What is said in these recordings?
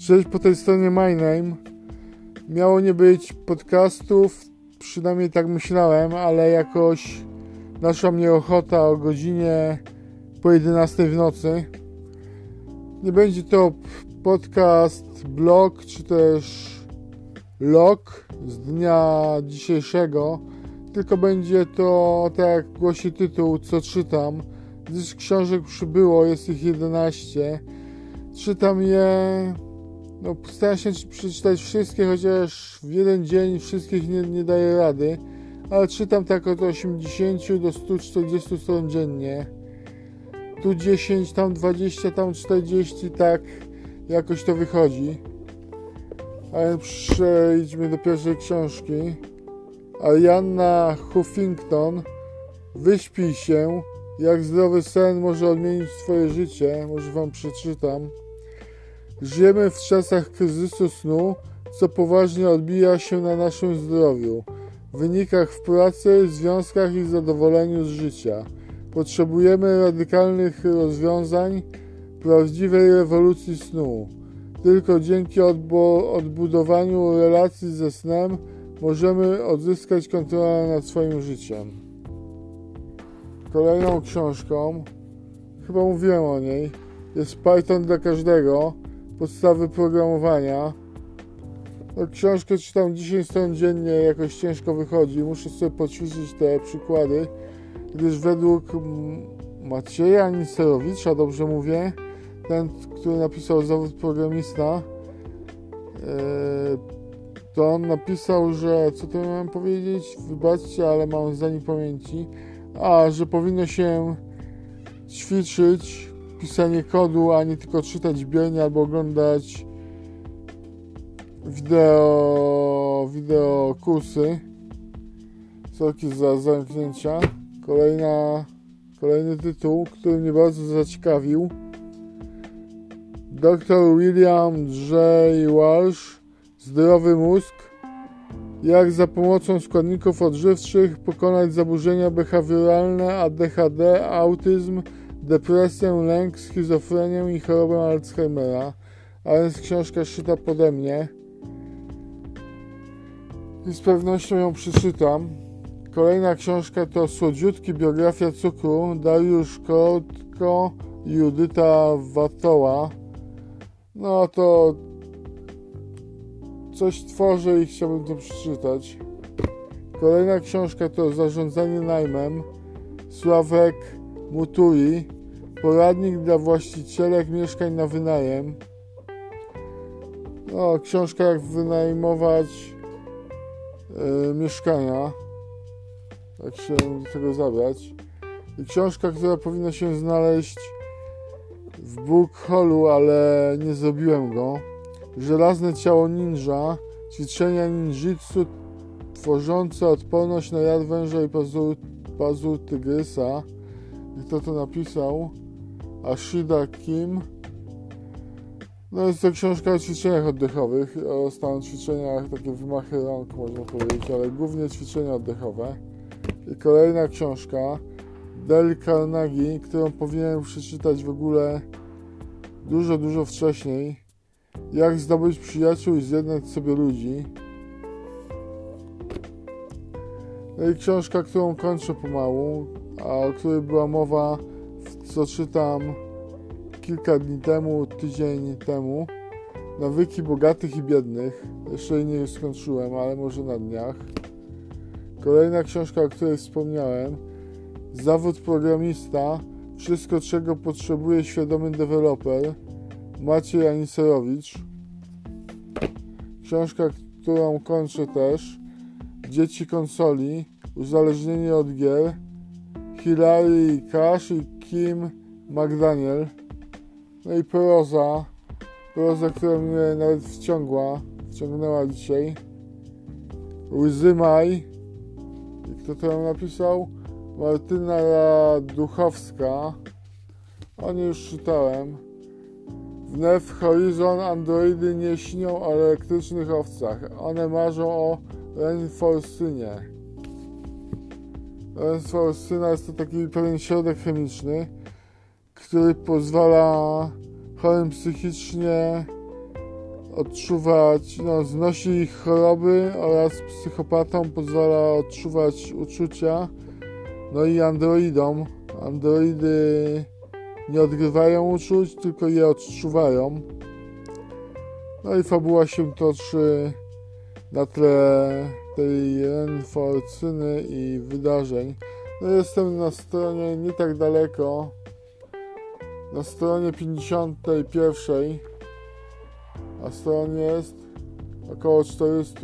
Cześć, po tej stronie My Name. Miało nie być podcastów, przynajmniej tak myślałem, ale jakoś naszła mnie ochota o godzinie po 11 w nocy. Nie będzie to podcast, blog, czy też log z dnia dzisiejszego, tylko będzie to, tak jak głosi tytuł, co czytam. Gdyż książek przybyło, jest ich 11. Czytam je, staram się przeczytać wszystkie, chociaż w jeden dzień wszystkich nie daję rady, ale czytam tak od 80 do 140 stron dziennie. Tu 10, tam 20, tam 40, tak jakoś to wychodzi. Ale przejdźmy do pierwszej książki. Arianna Huffington, Wyśpij się, jak zdrowy sen może odmienić twoje życie. Może wam przeczytam. Żyjemy w czasach kryzysu snu, co poważnie odbija się na naszym zdrowiu, wynikach w pracy, związkach i zadowoleniu z życia. Potrzebujemy radykalnych rozwiązań, prawdziwej rewolucji snu. Tylko dzięki odbudowaniu relacji ze snem możemy odzyskać kontrolę nad swoim życiem. Kolejną książką, chyba mówiłem o niej, jest Python dla każdego, podstawy programowania. Książkę czytam 10 stron dziennie, jakoś ciężko wychodzi. Muszę sobie poćwiczyć te przykłady, gdyż według Macieja Niserowicza, dobrze mówię, ten, który napisał Zawód programista, to on napisał, że, co to miałem powiedzieć? Wybaczcie, ale mam zdanie pamięci. Że powinno się ćwiczyć pisanie kodu, a nie tylko czytać biernie albo oglądać wideo kursy. Sorki za zamknięcia. Kolejny tytuł, który mnie bardzo zaciekawił. Dr William J. Walsh, Zdrowy mózg. Jak za pomocą składników odżywczych pokonać zaburzenia behawioralne, ADHD, autyzm, depresję, lęk, schizofrenię i chorobę Alzheimera. A więc książka szyta pode mnie i z pewnością ją przeczytam. Kolejna książka to Słodziutki, biografia cukru, Dariusz Korotko i Judyta Watoła. To coś tworzę i chciałbym to przeczytać. Kolejna książka to Zarządzanie najmem, Sławek Muturi, poradnik dla właścicielek mieszkań na wynajem. Książka jak wynajmować mieszkania, jak się do tego zabrać. I książka, która powinna się znaleźć w Bookhallu, ale nie zrobiłem go. Żelazne ciało ninja, ćwiczenia ninjitsu tworzące odporność na jad węża i pazur tygrysa. I kto to napisał? Ashida Kim. Jest to książka o ćwiczeniach oddechowych, o stanu ćwiczeniach, takie wymachy rąk można powiedzieć, ale głównie ćwiczenia oddechowe. I kolejna książka, Dale Carnegie, którą powinienem przeczytać w ogóle dużo wcześniej. Jak zdobyć przyjaciół i zjednać sobie ludzi. I książka, którą kończę pomału, a o której była mowa, co czytam kilka dni temu, tydzień temu. Nawyki bogatych i biednych. Jeszcze jej nie skończyłem, ale może na dniach. Kolejna książka, o której wspomniałem. Zawód programista. Wszystko, czego potrzebuje świadomy deweloper. Maciej Aniserowicz. Książka, którą kończę też. Dzieci konsoli. Uzależnienie od gier. Hilary Cash i Kim McDaniel. I proza, która mnie nawet wciągnęła dzisiaj. Łzy Maj. I kto to ją napisał? Martyna Duchowska. O niej już czytałem. Wnet Horizon, androidy nie śnią o elektrycznych owcach. One marzą o Renforsynie. Renforsyna jest to taki pewien środek chemiczny, który pozwala chorym psychicznie odczuwać, znosi ich choroby oraz psychopatom pozwala odczuwać uczucia. No i androidom. Androidy nie odgrywają uczuć, tylko je odczuwają. No i fabuła się toczy na tle tej renforcyny i wydarzeń. No jestem na stronie nie tak daleko, na stronie 51, a stron jest około 400.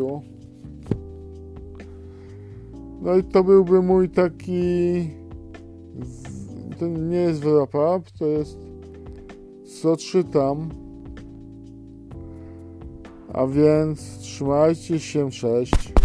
No i to byłby mój taki, to nie jest wrap-up, to jest co czytam. A więc trzymajcie się, cześć.